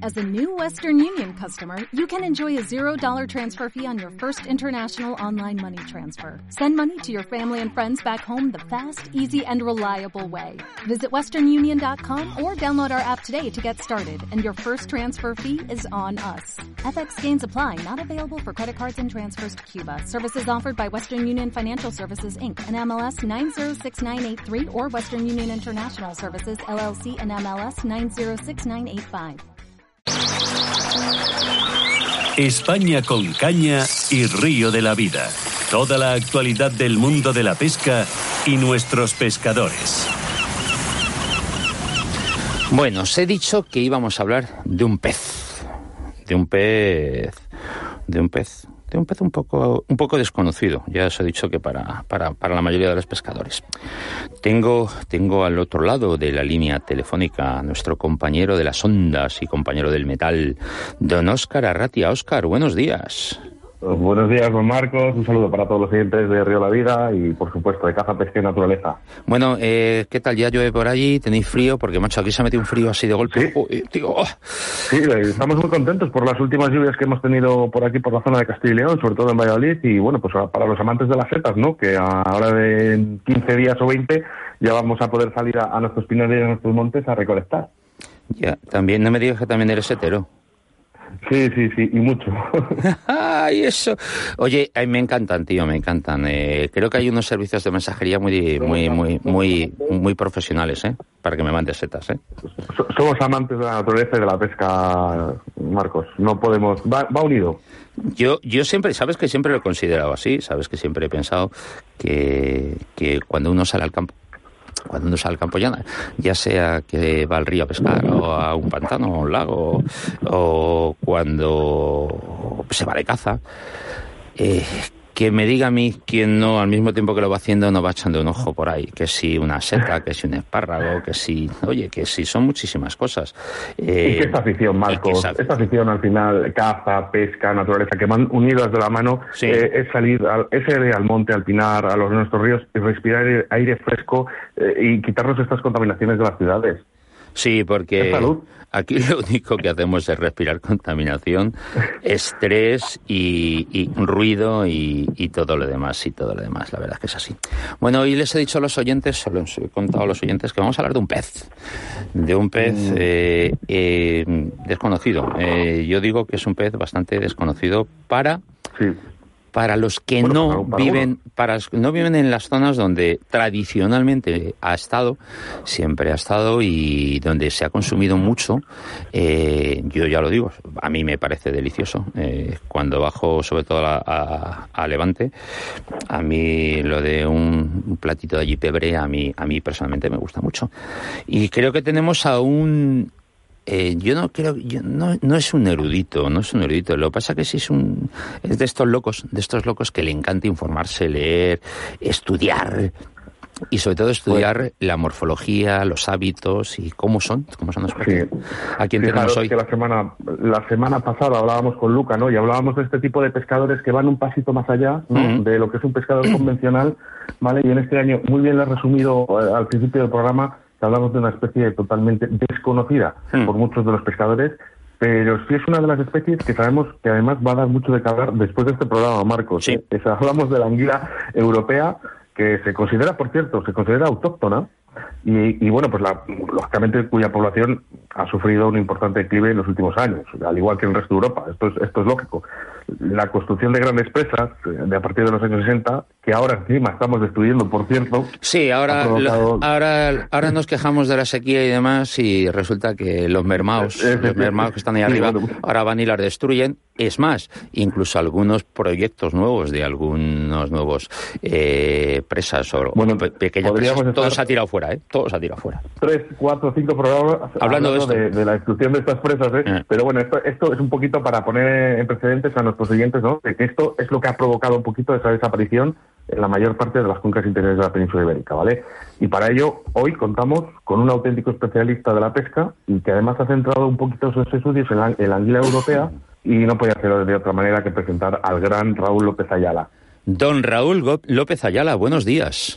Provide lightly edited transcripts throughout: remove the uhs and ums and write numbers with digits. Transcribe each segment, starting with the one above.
As a new Western Union customer, you can enjoy a $0 transfer fee on your first international online money transfer. Send money to your family and friends back home the fast, easy, and reliable way. Visit westernunion.com or download our app today to get started, and your first transfer fee is on us. FX gains apply, not available for credit cards and transfers to Cuba. Services offered by Western Union Financial Services, Inc., and MLS 906983, or Western Union International Services, LLC, and MLS 906985. España con caña y río de la vida. Toda la actualidad del mundo de la pesca y nuestros pescadores. Bueno, os he dicho que íbamos a hablar de un pez. De un pez un poco desconocido. Ya os he dicho que para la mayoría de los pescadores. Tengo al otro lado de la línea telefónica a nuestro compañero de las ondas y compañero del metal, don Óscar Arratia. Óscar, buenos días. Buenos días, don Marcos. Un saludo para todos los oyentes de Río La Vida y, por supuesto, de Caza, Pesca y Naturaleza. Bueno, ¿qué tal? ¿Ya llueve por allí? ¿Tenéis frío? Porque, macho, aquí se ha metido un frío así de golpe. Sí, sí, estamos muy contentos por las últimas lluvias que hemos tenido por aquí, por la zona de Castilla y León, sobre todo en Valladolid. Y, bueno, pues para los amantes de las setas, ¿no? Que ahora de 15 días o 20 ya vamos a poder salir a nuestros pinares y a nuestros montes a recolectar. Ya, también, no me digas que también eres hetero. Sí, y mucho. Ay, eso. Oye, me encantan, tío, me encantan. Creo que hay unos servicios de mensajería muy profesionales, para que me mandes setas, Somos amantes de la naturaleza y de la pesca, Marcos. No podemos. Va unido. Yo siempre, sabes que siempre lo he considerado así, sabes que siempre he pensado que cuando uno sale al campo, ya sea que va al río a pescar o a un pantano o a un lago o cuando se va de caza, que me diga a mí quien no, al mismo tiempo que lo va haciendo, no va echando un ojo por ahí, que si una seta, que si un espárrago, que si son muchísimas cosas. Y que esta afición, Marcos, esta afición al final, caza, pesca, naturaleza, que van unidas de la mano, sí. Es salir al monte, al pinar, a nuestros ríos y respirar aire fresco y quitarnos estas contaminaciones de las ciudades. Sí, porque aquí lo único que hacemos es respirar contaminación, estrés y ruido y todo lo demás, la verdad es que es así. Bueno, hoy les he dicho a los oyentes, les he contado a los oyentes que vamos a hablar de un pez desconocido. Yo digo que es un pez bastante desconocido para los que no viven en las zonas donde tradicionalmente siempre ha estado y donde se ha consumido mucho. Yo ya lo digo, a mí me parece delicioso. Cuando bajo sobre todo a Levante, a mí lo de un platito de allí pebre, a mí personalmente me gusta mucho. Y creo que tenemos a un... no es un erudito, lo que pasa que sí es de estos locos que le encanta informarse, leer, estudiar y sobre todo estudiar la morfología, los hábitos y cómo son los peces. Sí. ¿A quién tenemos hoy? Que la semana pasada hablábamos con Luca, ¿no? Y hablábamos de este tipo de pescadores que van un pasito más allá, ¿no? De lo que es un pescador convencional, ¿vale? Y en este año, muy bien lo has resumido al principio del programa, que hablamos de una especie totalmente desconocida por muchos de los pescadores, pero sí es una de las especies que sabemos que además va a dar mucho de qué hablar después de este programa, Marcos. Sí. Hablamos de la anguila europea, que se considera autóctona, y bueno, pues lógicamente cuya población ha sufrido un importante declive en los últimos años, al igual que en el resto de Europa. Esto es lógico. La construcción de grandes presas de a partir de los años 60, que ahora encima estamos destruyendo, por cierto. Sí, ahora nos quejamos de la sequía y demás, y resulta que los mermaos que están ahí arriba, ahora van y las destruyen. Es más, incluso algunos proyectos nuevos de algunos nuevos presas o pequeñas presas, todo se ha tirado fuera, todo se ha tirado fuera. 3, 4, 5 programas hablando de la destrucción de estas presas, Pero bueno, esto es un poquito para poner en precedentes a nuestros oyentes, ¿no? De que esto es lo que ha provocado un poquito esa desaparición en la mayor parte de las cuencas interiores de la península ibérica, ¿vale? Y para ello, hoy contamos con un auténtico especialista de la pesca y que además ha centrado un poquito sus estudios en la anguila europea, y no podía hacerlo de otra manera que presentar al gran Raúl López Ayala. Don Raúl López Ayala, buenos días.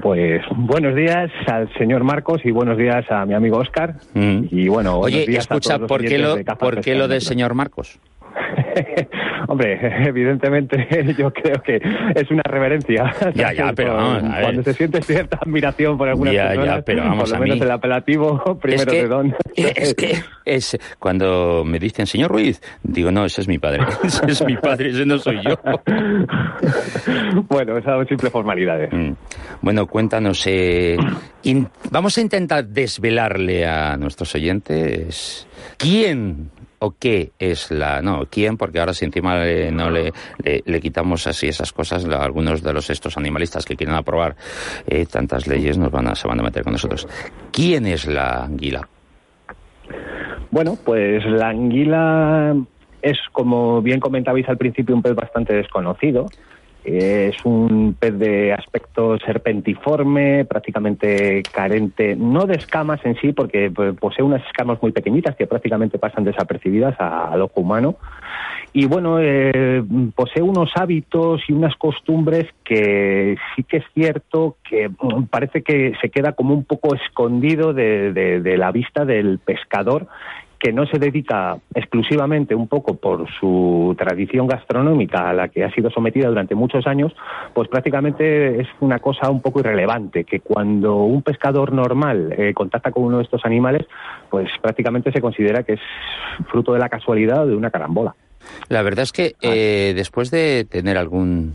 Pues buenos días al señor Marcos y buenos días a mi amigo Óscar. Y bueno, oye, escucha, ¿por qué lo del señor Marcos? Hombre, evidentemente yo creo que es una reverencia. Ya, pero vamos a ver. Cuando se siente cierta admiración por algunas personas, pero vamos, por lo menos el apelativo primero de don. Es cuando me dicen señor Ruiz, digo, no, ese es mi padre. Ese es mi padre, ese no soy yo. Bueno, esas son simples formalidades. Bueno, cuéntanos, vamos a intentar desvelarle a nuestros oyentes quién o qué es quién, porque ahora si encima le quitamos así esas cosas, algunos de estos animalistas que quieren aprobar tantas leyes se van a meter con nosotros. ¿Quién es la anguila? Bueno, pues la anguila es, como bien comentabais al principio, un pez bastante desconocido. Es un pez de aspecto serpentiforme, prácticamente carente, no de escamas en sí, porque posee unas escamas muy pequeñitas que prácticamente pasan desapercibidas al ojo humano. Y bueno, posee unos hábitos y unas costumbres que sí que es cierto que parece que se queda como un poco escondido de la vista del pescador, que no se dedica exclusivamente, un poco por su tradición gastronómica a la que ha sido sometida durante muchos años, pues prácticamente es una cosa un poco irrelevante, que cuando un pescador normal contacta con uno de estos animales, pues prácticamente se considera que es fruto de la casualidad o de una carambola. La verdad es que después de tener algunos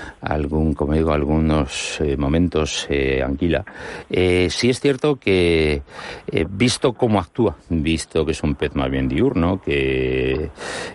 momentos anguila, sí es cierto que visto cómo actúa, visto que es un pez más bien diurno, que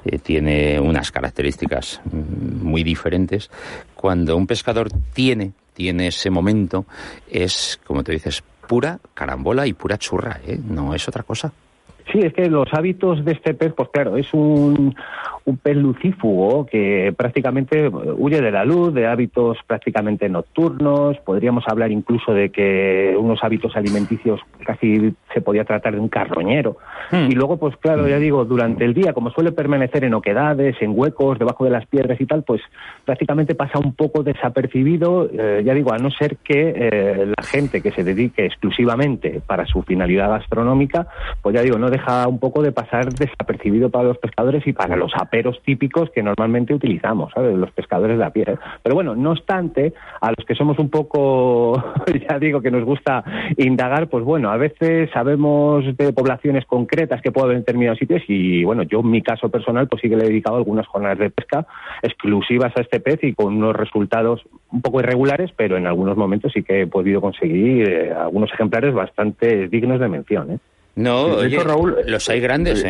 tiene unas características muy diferentes, cuando un pescador tiene ese momento, es, como te dices, pura carambola y pura churra, no es otra cosa. Sí, es que los hábitos de este pez, pues claro, es un pez lucífugo que prácticamente huye de la luz, de hábitos prácticamente nocturnos. Podríamos hablar incluso de que unos hábitos alimenticios casi se podía tratar de un carroñero. Y luego, pues claro, ya digo, durante el día, como suele permanecer en oquedades, en huecos, debajo de las piedras y tal, pues prácticamente pasa un poco desapercibido, ya digo, a no ser que la gente que se dedique exclusivamente para su finalidad gastronómica, pues ya digo, no deja un poco de pasar desapercibido para los pescadores y para los aperos típicos que normalmente utilizamos, ¿sabes? Los pescadores de a pie. Pero bueno, no obstante, a los que somos un poco, ya digo, que nos gusta indagar, pues bueno, a veces sabemos de poblaciones concretas que puede haber en determinados sitios y bueno, yo en mi caso personal pues sí que le he dedicado algunas jornadas de pesca exclusivas a este pez y con unos resultados un poco irregulares, pero en algunos momentos sí que he podido conseguir algunos ejemplares bastante dignos de mención, No, de oye, hecho, Raúl, los hay grandes,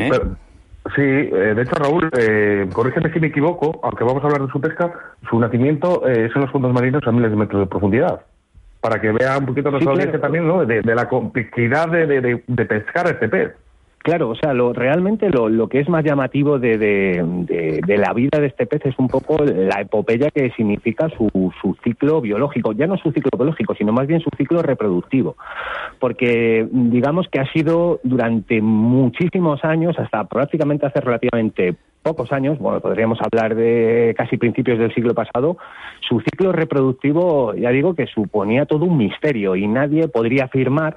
Sí, de hecho, Raúl, corrígeme si me equivoco, aunque vamos a hablar de su pesca, su nacimiento es en los fondos marinos a miles de metros de profundidad, para que vea un poquito nuestra audiencia también, ¿no?, de la complejidad de pescar este pez. Claro, o sea, realmente lo que es más llamativo de la vida de este pez es un poco la epopeya que significa su ciclo biológico. Ya no su ciclo biológico, sino más bien su ciclo reproductivo. Porque digamos que ha sido durante muchísimos años, hasta prácticamente hace relativamente pocos años, bueno, podríamos hablar de casi principios del siglo pasado, su ciclo reproductivo, ya digo, que suponía todo un misterio y nadie podría afirmar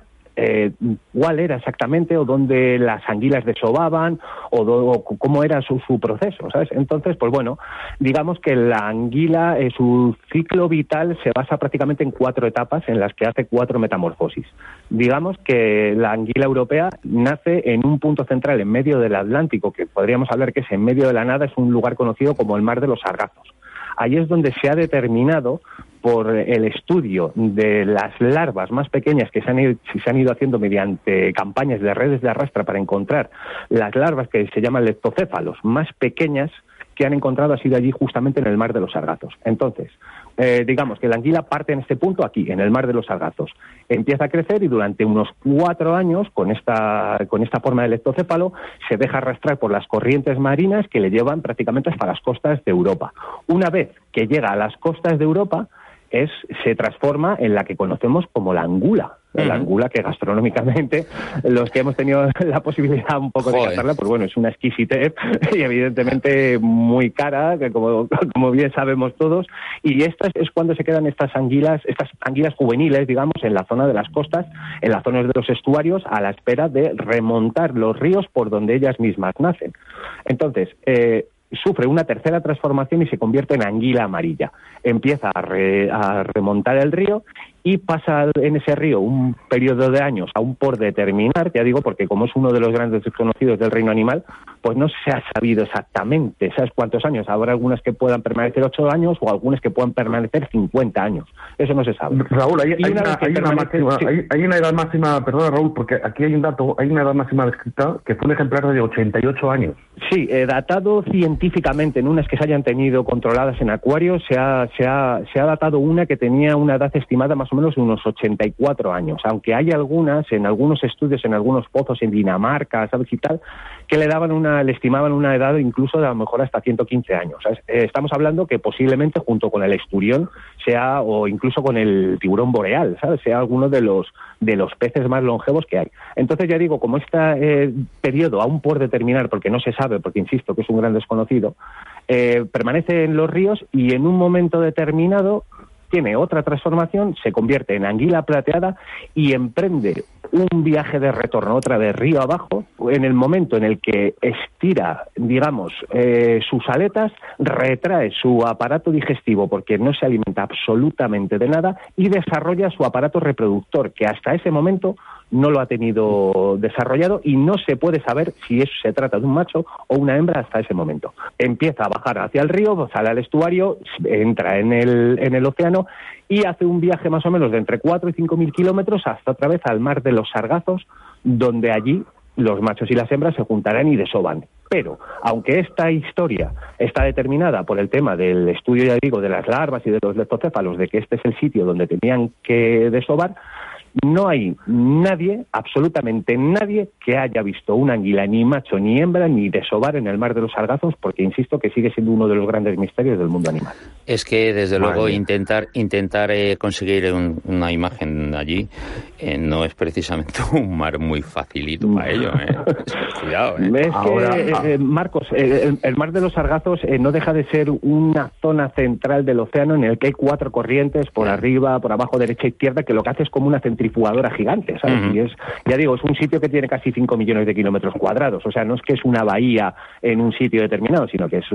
cuál era exactamente o dónde las anguilas desovaban o cómo era su proceso, ¿sabes? Entonces, pues bueno, digamos que la anguila, su ciclo vital se basa prácticamente en 4 etapas en las que hace 4 metamorfosis. Digamos que la anguila europea nace en un punto central en medio del Atlántico, que podríamos hablar que es en medio de la nada, es un lugar conocido como el Mar de los Sargazos. Ahí es donde se ha determinado, por el estudio de las larvas más pequeñas que se han ido haciendo mediante campañas de redes de arrastra para encontrar las larvas que se llaman leptocéfalos más pequeñas que han encontrado, ha sido allí justamente en el Mar de los Sargazos. Entonces, digamos que la anguila parte en este punto aquí, en el Mar de los Sargazos. Empieza a crecer y durante unos 4 años, con esta forma de leptocéfalo, se deja arrastrar por las corrientes marinas que le llevan prácticamente hasta las costas de Europa. Una vez que llega a las costas de Europa, se transforma en la que conocemos como la angula. la angula, que gastronómicamente, los que hemos tenido la posibilidad un poco de cazarla, pues bueno, es una exquisitez y evidentemente muy cara, que como bien sabemos todos, y esta es cuando se quedan estas anguilas juveniles, digamos, en la zona de las costas, en las zonas de los estuarios, a la espera de remontar los ríos por donde ellas mismas nacen. Entonces, sufre una tercera transformación y se convierte en anguila amarilla. Empieza a remontar el río y pasa en ese río un periodo de años aún por determinar, ya digo, porque como es uno de los grandes desconocidos del reino animal, pues no se ha sabido exactamente, ¿sabes cuántos años? Habrá algunas que puedan permanecer 8 años o algunas que puedan permanecer 50 años. Eso no se sabe. Raúl, hay una edad máxima, perdona Raúl, porque aquí hay un dato, hay una edad máxima descrita que fue un ejemplar de 88 años. Sí, datado científicamente, en unas que se hayan tenido controladas en acuarios, se ha datado una que tenía una edad estimada más o menos de unos 84 años, aunque hay algunas, en algunos estudios, en algunos pozos en Dinamarca, ¿sabes? Y tal, que le estimaban una edad incluso de a lo mejor hasta 115 años. ¿Sabes? Estamos hablando que posiblemente junto con el esturión o incluso con el tiburón boreal, ¿sabes? Sea alguno de los peces más longevos que hay. Entonces ya digo, como este periodo aún por determinar, porque no se sabe, porque insisto que es un gran desconocido, permanece en los ríos y en un momento determinado tiene otra transformación, se convierte en anguila plateada y emprende un viaje de retorno otra vez río abajo. En el momento en el que estira, digamos, sus aletas, retrae su aparato digestivo porque no se alimenta absolutamente de nada y desarrolla su aparato reproductor, que hasta ese momento no lo ha tenido desarrollado y no se puede saber si eso se trata de un macho o una hembra hasta ese momento. Empieza a bajar hacia el río, sale al estuario, entra en el océano y hace un viaje más o menos de entre 4 y 5.000 kilómetros hasta otra vez al mar de los Sargazos, donde allí los machos y las hembras se juntarán y desovan. Pero, aunque esta historia está determinada por el tema del estudio, ya digo, de las larvas y de los leptocéfalos, de que este es el sitio donde tenían que desovar, no hay nadie, absolutamente nadie, que haya visto una anguila ni macho ni hembra ni desovar en el mar de los Sargazos, porque insisto que sigue siendo uno de los grandes misterios del mundo animal. Es que desde luego intentar conseguir una imagen allí no es precisamente un mar muy facilito para ello. Cuidado. Es que, Marcos, el mar de los Sargazos no deja de ser una zona central del océano en el que hay 4 corrientes por arriba, por abajo, derecha e izquierda, que lo que hace es como una centrifugadora gigante, ¿sabes? Uh-huh. Y ya digo, es un sitio que tiene casi 5 millones de kilómetros cuadrados. O sea, no es que es una bahía en un sitio determinado, sino que es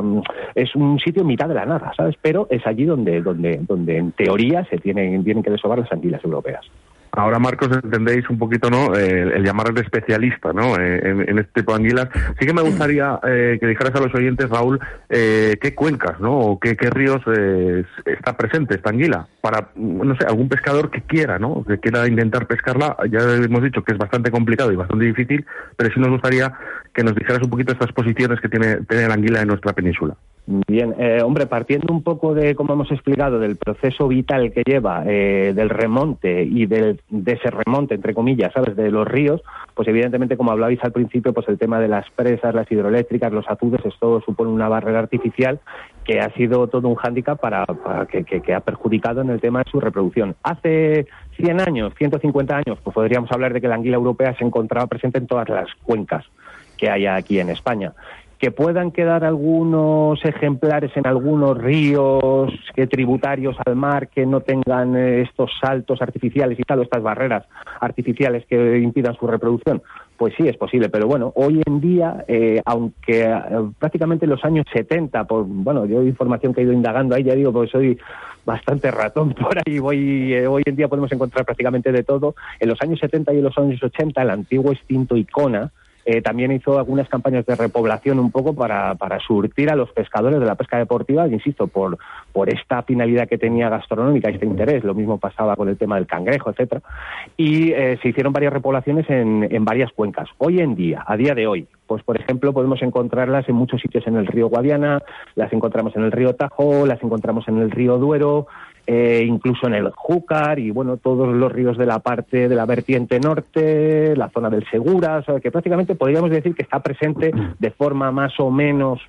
un sitio en mitad de la nada, ¿sabes? Pero es allí donde en teoría se tienen que desovar las anguilas europeas. Ahora, Marcos, entendéis un poquito, ¿no?, el llamarle especialista, ¿no?, en este tipo de anguilas. Sí que me gustaría que dijeras a los oyentes, Raúl, qué cuencas, ¿no?, o qué ríos está presente esta anguila, para, no sé, algún pescador que quiera, ¿no?, que quiera intentar pescarla. Ya hemos dicho que es bastante complicado y bastante difícil, pero sí nos gustaría que nos dijeras un poquito estas posiciones que tiene la anguila en nuestra península. Bien, hombre, partiendo un poco de, como hemos explicado, del proceso vital que lleva, del remonte y de ese remonte, entre comillas, ¿sabes?, de los ríos, pues evidentemente, como hablabais al principio, pues el tema de las presas, las hidroeléctricas, los azudes, esto supone una barrera artificial que ha sido todo un hándicap para que ha perjudicado en el tema de su reproducción. Hace 100 años, 150 años, pues podríamos hablar de que la anguila europea se encontraba presente en todas las cuencas que hay aquí en España. Que puedan quedar algunos ejemplares en algunos ríos tributarios al mar que no tengan estos saltos artificiales y tal, o estas barreras artificiales que impidan su reproducción, pues sí, es posible. Pero bueno, hoy en día, aunque prácticamente en los años 70, yo hay información que he ido indagando ahí, ya digo, porque soy bastante ratón por ahí, hoy en día podemos encontrar prácticamente de todo. En los años 70 y en los años 80, el antiguo extinto Icona también hizo algunas campañas de repoblación un poco para surtir a los pescadores de la pesca deportiva, insisto, por esta finalidad que tenía gastronómica, este interés. Lo mismo pasaba con el tema del cangrejo, etcétera. Y se hicieron varias repoblaciones en varias cuencas. Hoy en día, a día de hoy, pues por ejemplo podemos encontrarlas en muchos sitios en el río Guadiana, las encontramos en el río Tajo, las encontramos en el río Duero, incluso en el Júcar y bueno, todos los ríos de la parte de la vertiente norte, la zona del Segura, o sea, que prácticamente podríamos decir que está presente de forma más o menos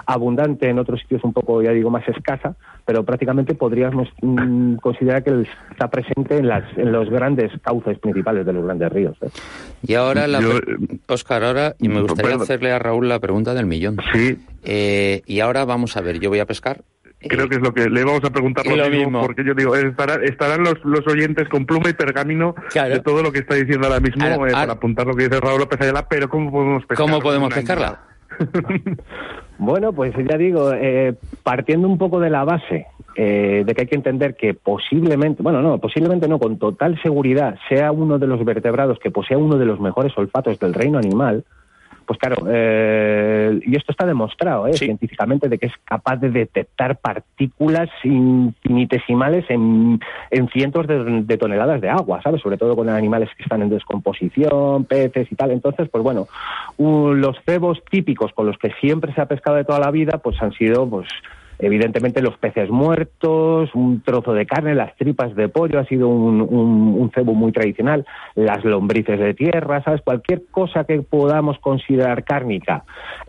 abundante, en otros sitios un poco, ya digo, más escasa, pero prácticamente podríamos considerar que está presente en los grandes cauces principales de los grandes ríos. Y ahora, Óscar, ahora me gustaría hacerle a Raúl la pregunta del millón. Sí. Y ahora vamos a ver, yo voy a pescar. Creo que es lo que le vamos a preguntar lo mismo, porque yo digo, estarán los oyentes con pluma y pergamino de todo lo que está diciendo ahora mismo para apuntar lo que dice Raúl López Ayala, pero ¿cómo podemos pescarla? ¿Cómo podemos pescarla? Bueno, pues ya digo, partiendo un poco de la base de que hay que entender que posiblemente no, con total seguridad sea uno de los vertebrados que posea uno de los mejores olfatos del reino animal. Pues claro, y esto está demostrado científicamente, de que es capaz de detectar partículas infinitesimales en cientos de toneladas de agua, ¿sabes? Sobre todo con animales que están en descomposición, peces y tal. Entonces, pues bueno, los cebos típicos con los que siempre se ha pescado de toda la vida, pues han sido, pues evidentemente, los peces muertos, un trozo de carne, las tripas de pollo, ha sido un cebo muy tradicional, las lombrices de tierra, ¿sabes? Cualquier cosa que podamos considerar cárnica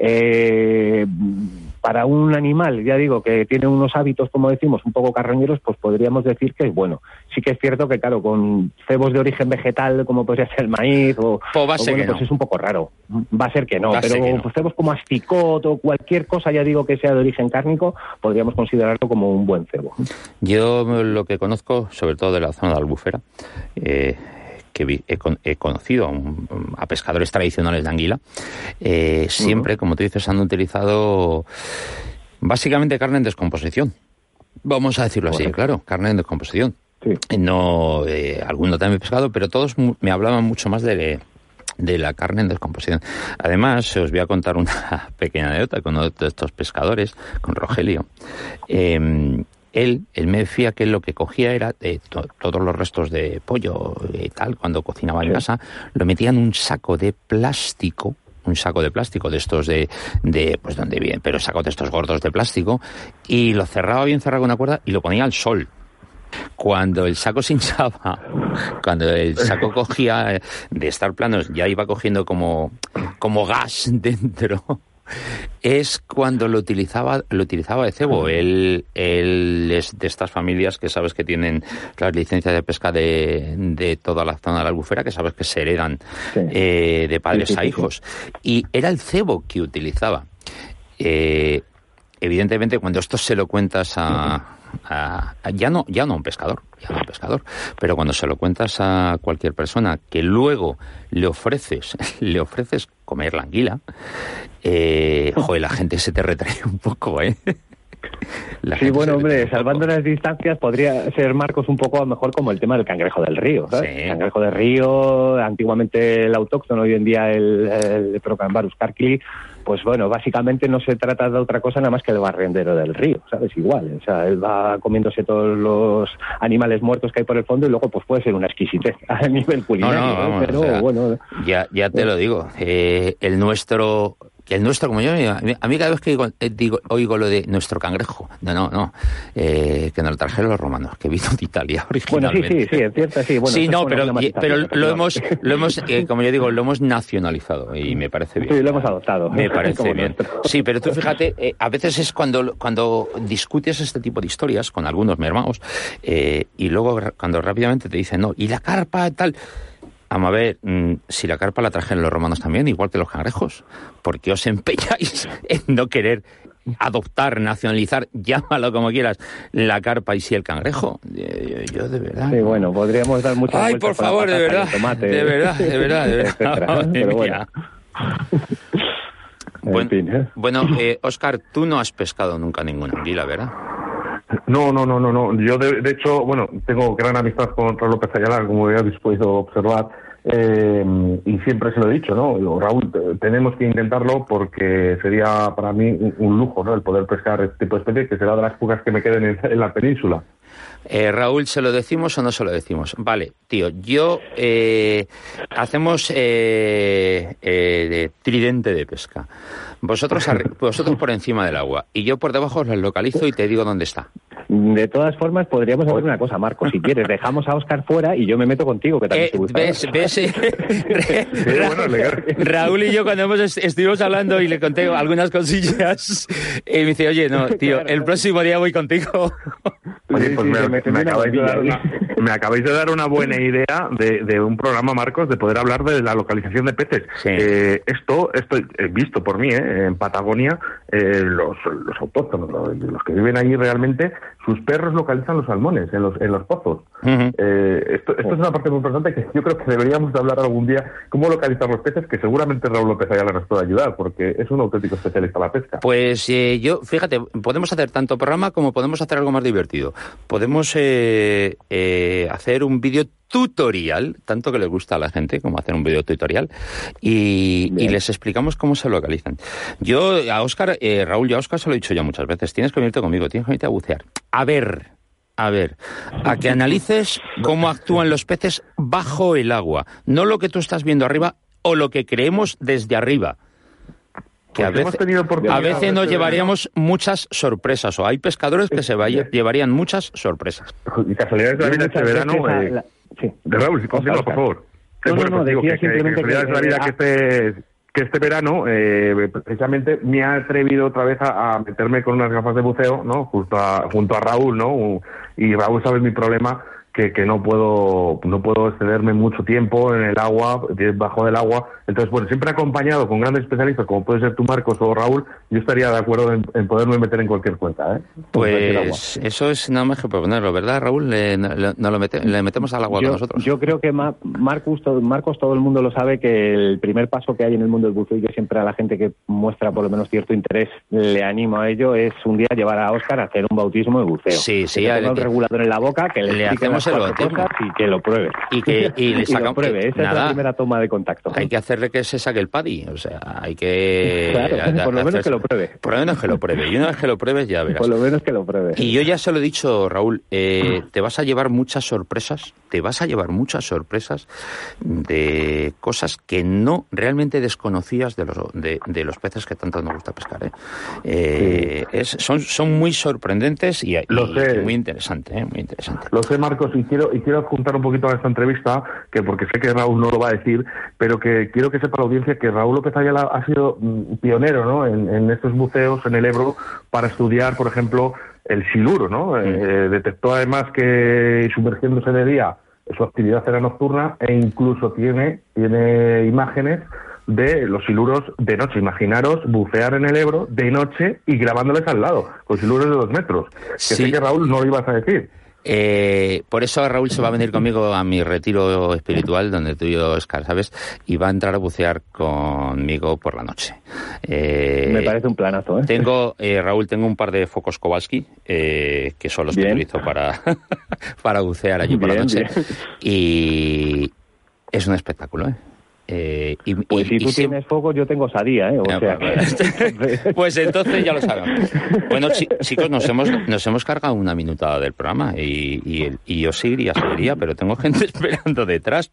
para un animal, ya digo, que tiene unos hábitos, como decimos, un poco carroñeros, pues podríamos decir que es bueno. Sí que es cierto que, claro, con cebos de origen vegetal, como podría ser el maíz, pues es un poco raro. Va a ser que no, pero pues cebos como asticot o cualquier cosa, ya digo, que sea de origen cárnico, podríamos considerarlo como un buen cebo. Yo lo que conozco, sobre todo de la zona de Albufera, que he conocido a pescadores tradicionales de anguila, siempre, como tú dices, han utilizado básicamente carne en descomposición. Vamos a decirlo así, claro, carne en descomposición. Sí. No, alguno también pescado, pero todos me hablaban mucho más de la carne en descomposición. Además, os voy a contar una pequeña anécdota con uno de estos pescadores, con Rogelio. Él me decía que lo que cogía era todos los restos de pollo y tal, cuando cocinaba en casa, lo metía en un saco de plástico, de estos pues donde viene, pero sacos de estos gordos de plástico, y lo cerraba bien cerrado con una cuerda y lo ponía al sol. Cuando el saco se hinchaba, cuando el saco cogía de estar planos, ya iba cogiendo como gas dentro, es cuando lo utilizaba de cebo. Él es de estas familias que sabes que tienen las licencias de pesca de toda la zona de la Albufera, que sabes que se heredan de padres a hijos. Y era el cebo que utilizaba. Evidentemente, cuando esto se lo cuentas ya no a un pescador, pero cuando se lo cuentas a cualquier persona que luego le ofreces comer la anguila, la gente se te retrae un poco, Sí, bueno, hombre, salvando las distancias, podría ser, Marcos, un poco a lo mejor como el tema del cangrejo del río, ¿sabes? Sí. El cangrejo del río, antiguamente el autóctono, hoy en día el Procambarus carkili, pues bueno, básicamente no se trata de otra cosa nada más que el barrendero del río, ¿sabes? Igual, o sea, él va comiéndose todos los animales muertos que hay por el fondo y luego pues puede ser una exquisitez a nivel culinario, vamos, pero bueno... Ya te lo digo, el nuestro, como yo, a mí cada vez que oigo lo de nuestro cangrejo, no, que nos lo trajeron los romanos, que vino de Italia originalmente. Bueno, sí, es cierto, sí. Bueno, sí, no, pero lo hemos, como yo digo, lo hemos nacionalizado y me parece bien. Sí, lo hemos adoptado. Me parece bien. Sí, pero tú fíjate, a veces es cuando discutes este tipo de historias con algunos mermaos, y luego cuando rápidamente te dicen, no, y la carpa tal... Vamos a ver, si la carpa la trajeron los romanos también, igual que los cangrejos, ¿por qué os empeñáis en no querer adoptar, nacionalizar, llámalo como quieras, la carpa y sí el cangrejo? Yo de verdad... Sí, bueno, podríamos dar muchas vueltas. Ay, por favor, de verdad, tomate, de verdad. Pero bueno. Bueno, Óscar, tú no has pescado nunca ninguna anguila, ¿verdad? No. Yo, de hecho, bueno, tengo gran amistad con Raúl López Ayala, como ya habéis podido observar, y siempre se lo he dicho, ¿no? Digo, Raúl, tenemos que intentarlo porque sería para mí un lujo, ¿no? El poder pescar este tipo de especies, que será de las pocas que me queden en la península. Raúl, ¿se lo decimos o no se lo decimos? Vale, tío, yo hacemos tridente de pesca. Vosotros por encima del agua y yo por debajo os lo localizo y te digo dónde está. De todas formas, podríamos hacer una cosa, Marcos, si quieres, dejamos a Óscar fuera y yo me meto contigo, que también ¿Ves? Raúl y yo cuando estuvimos hablando y le conté algunas cosillas, me dice, oye, no, tío, el próximo día voy contigo. Oye, pues me acabáis de dar una buena idea de un programa, Marcos, de poder hablar de la localización de peces. Sí. Esto visto por mí, en Patagonia, los autóctonos, los que viven allí realmente, sus perros localizan los salmones en los pozos. Uh-huh. Esto es una parte muy importante que yo creo que deberíamos de hablar algún día, cómo localizar los peces, que seguramente Raúl López Ayala nos puede ayudar, porque es un auténtico especialista en la pesca. Pues fíjate, podemos hacer tanto programa como podemos hacer algo más divertido. Podemos hacer un vídeo tutorial, tanto que les gusta a la gente como hacer un vídeo tutorial, y les explicamos cómo se localizan. Yo a Óscar, Raúl, yo a Óscar se lo he dicho ya muchas veces, tienes que venirte conmigo, tienes que venirte a bucear. A ver, a que analices cómo actúan los peces bajo el agua, no lo que tú estás viendo arriba o lo que creemos desde arriba. Que a veces nos llevaríamos muchas sorpresas, o hay pescadores que llevarían muchas sorpresas. Y casualidades de la vida este verano... Sí. De Raúl, si continúa, por favor. Decía simplemente que este verano precisamente me ha atrevido otra vez a meterme con unas gafas de buceo, ¿no? Junto a Raúl, ¿no? Y Raúl sabe mi problema, que no puedo excederme mucho tiempo en el agua, bajo del agua. Entonces, bueno, siempre acompañado con grandes especialistas como puede ser tú, Marcos, o Raúl, yo estaría de acuerdo en poderme meter en cualquier cuenta, ¿eh? Pues eso es nada más que proponerlo, ¿verdad, Raúl? Le metemos al agua con nosotros. Yo creo que Marcos, todo el mundo lo sabe, que el primer paso que hay en el mundo del buceo, y que siempre a la gente que muestra por lo menos cierto interés le animo a ello, es un día llevar a Óscar a hacer un bautismo de buceo. Sí. Que tenga un regulador en la boca, que le hacemos el bautismo y que lo pruebe. Y le sacamos, lo pruebe. Esa es la primera toma de contacto. Hay que hacerle que se saque el paddy, o sea, hay que... Claro, por lo menos que lo pruebe. Por lo menos que lo pruebe. Y una vez que lo pruebes ya verás. Por lo menos que lo pruebe. Y yo ya se lo he dicho, Raúl, te vas a llevar muchas sorpresas de cosas que no realmente desconocías de los peces que tanto nos gusta pescar, son muy sorprendentes y muy interesante, muy interesante. Lo sé, Marcos, y quiero adjuntar un poquito a esta entrevista, porque sé que Raúl no lo va a decir, pero que quiero que sepa la audiencia que Raúl López Ayala ha sido pionero, ¿no? en estos buceos en el Ebro para estudiar, por ejemplo, el siluro, ¿no? Detectó además que sumergiéndose de día su actividad era nocturna, e incluso tiene imágenes de los siluros de noche. Imaginaros bucear en el Ebro de noche y grabándoles al lado, con siluros de 2 metros. Que sé que, Raúl, no lo ibas a decir. Por eso Raúl se va a venir conmigo a mi retiro espiritual, donde tú y yo, Óscar, ¿sabes? Y va a entrar a bucear conmigo por la noche. Me parece un planazo, ¿eh? Raúl, tengo un par de focos Kowalski, que son los que utilizo para bucear allí por la noche. Bien. Y es un espectáculo, ¿eh? Pues si tú tienes focos, yo tengo Sadía, ¿eh? Pues entonces ya lo sabemos. Bueno, chicos, nos hemos cargado una minutada del programa y yo seguiría, pero tengo gente esperando detrás.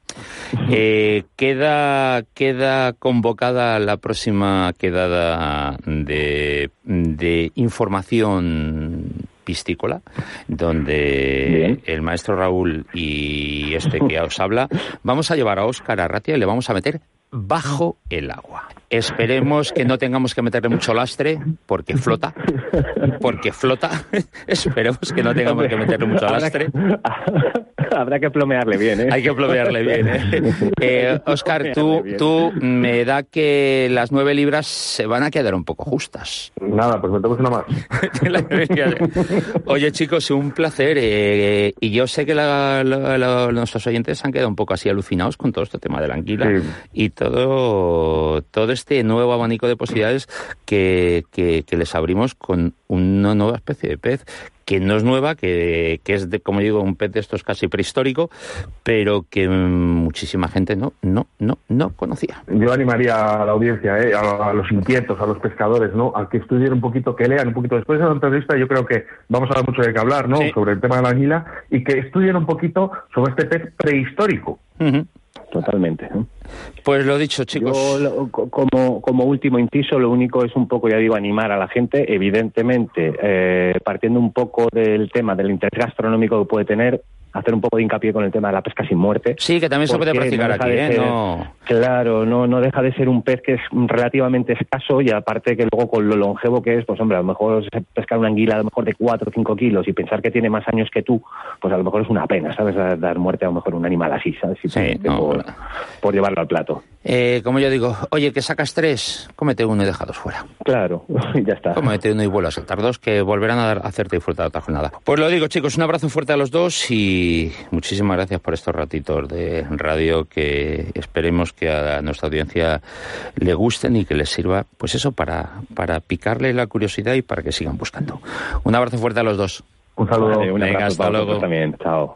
Queda convocada la próxima quedada de información piscícola, donde el maestro Raúl y que os habla, vamos a llevar a Óscar Arratia y le vamos a meter bajo el agua. Esperemos que no tengamos que meterle mucho lastre, porque flota. Esperemos que no tengamos que meterle mucho lastre. Habrá que plomearle bien, ¿eh? Hay que plomearle bien, ¿eh? Óscar, tú me da que las 9 libras se van a quedar un poco justas. Nada, pues metemos una más. Oye, chicos, un placer. Y yo sé que nuestros oyentes han quedado un poco así alucinados con todo este tema de la anguila. Sí. Y todo este nuevo abanico de posibilidades que les abrimos con una nueva especie de pez, que no es nueva, que es, como digo, un pez de estos casi prehistórico, pero que muchísima gente no conocía. Yo animaría a la audiencia, a los inquietos, a los pescadores, ¿no?, a que estudien un poquito, que lean un poquito. Después de la entrevista yo creo que vamos a dar mucho de qué hablar, ¿no?, sí, sobre el tema de la anguila, y que estudien un poquito sobre este pez prehistórico. Uh-huh. Totalmente. Pues lo dicho, chicos. Yo, como último inciso, lo único es un poco, ya digo, animar a la gente, evidentemente, partiendo un poco del tema del interés gastronómico que puede tener, hacer un poco de hincapié con el tema de la pesca sin muerte. Sí, que también se puede practicar aquí, Claro, no deja de ser un pez que es relativamente escaso, y aparte que luego con lo longevo que es, pues hombre, a lo mejor pescar una anguila a lo mejor de 4 o 5 kilos y pensar que tiene más años que tú, pues a lo mejor es una pena, ¿sabes? Dar muerte a lo mejor a un animal así, ¿sabes? Por llevarlo al plato. Como yo digo, oye, que sacas 3, cómete uno y deja 2 fuera. Claro, ya está. Cómete uno y vuelve a soltar 2, que volverán a hacerte disfrutar otra jornada. Pues lo digo, chicos, un abrazo fuerte a los dos y muchísimas gracias por estos ratitos de radio, que esperemos que a nuestra audiencia le gusten y que les sirva, pues eso, para picarle la curiosidad y para que sigan buscando. Un abrazo fuerte a los dos. Un saludo. Vale, un abrazo, hasta luego. También, chao.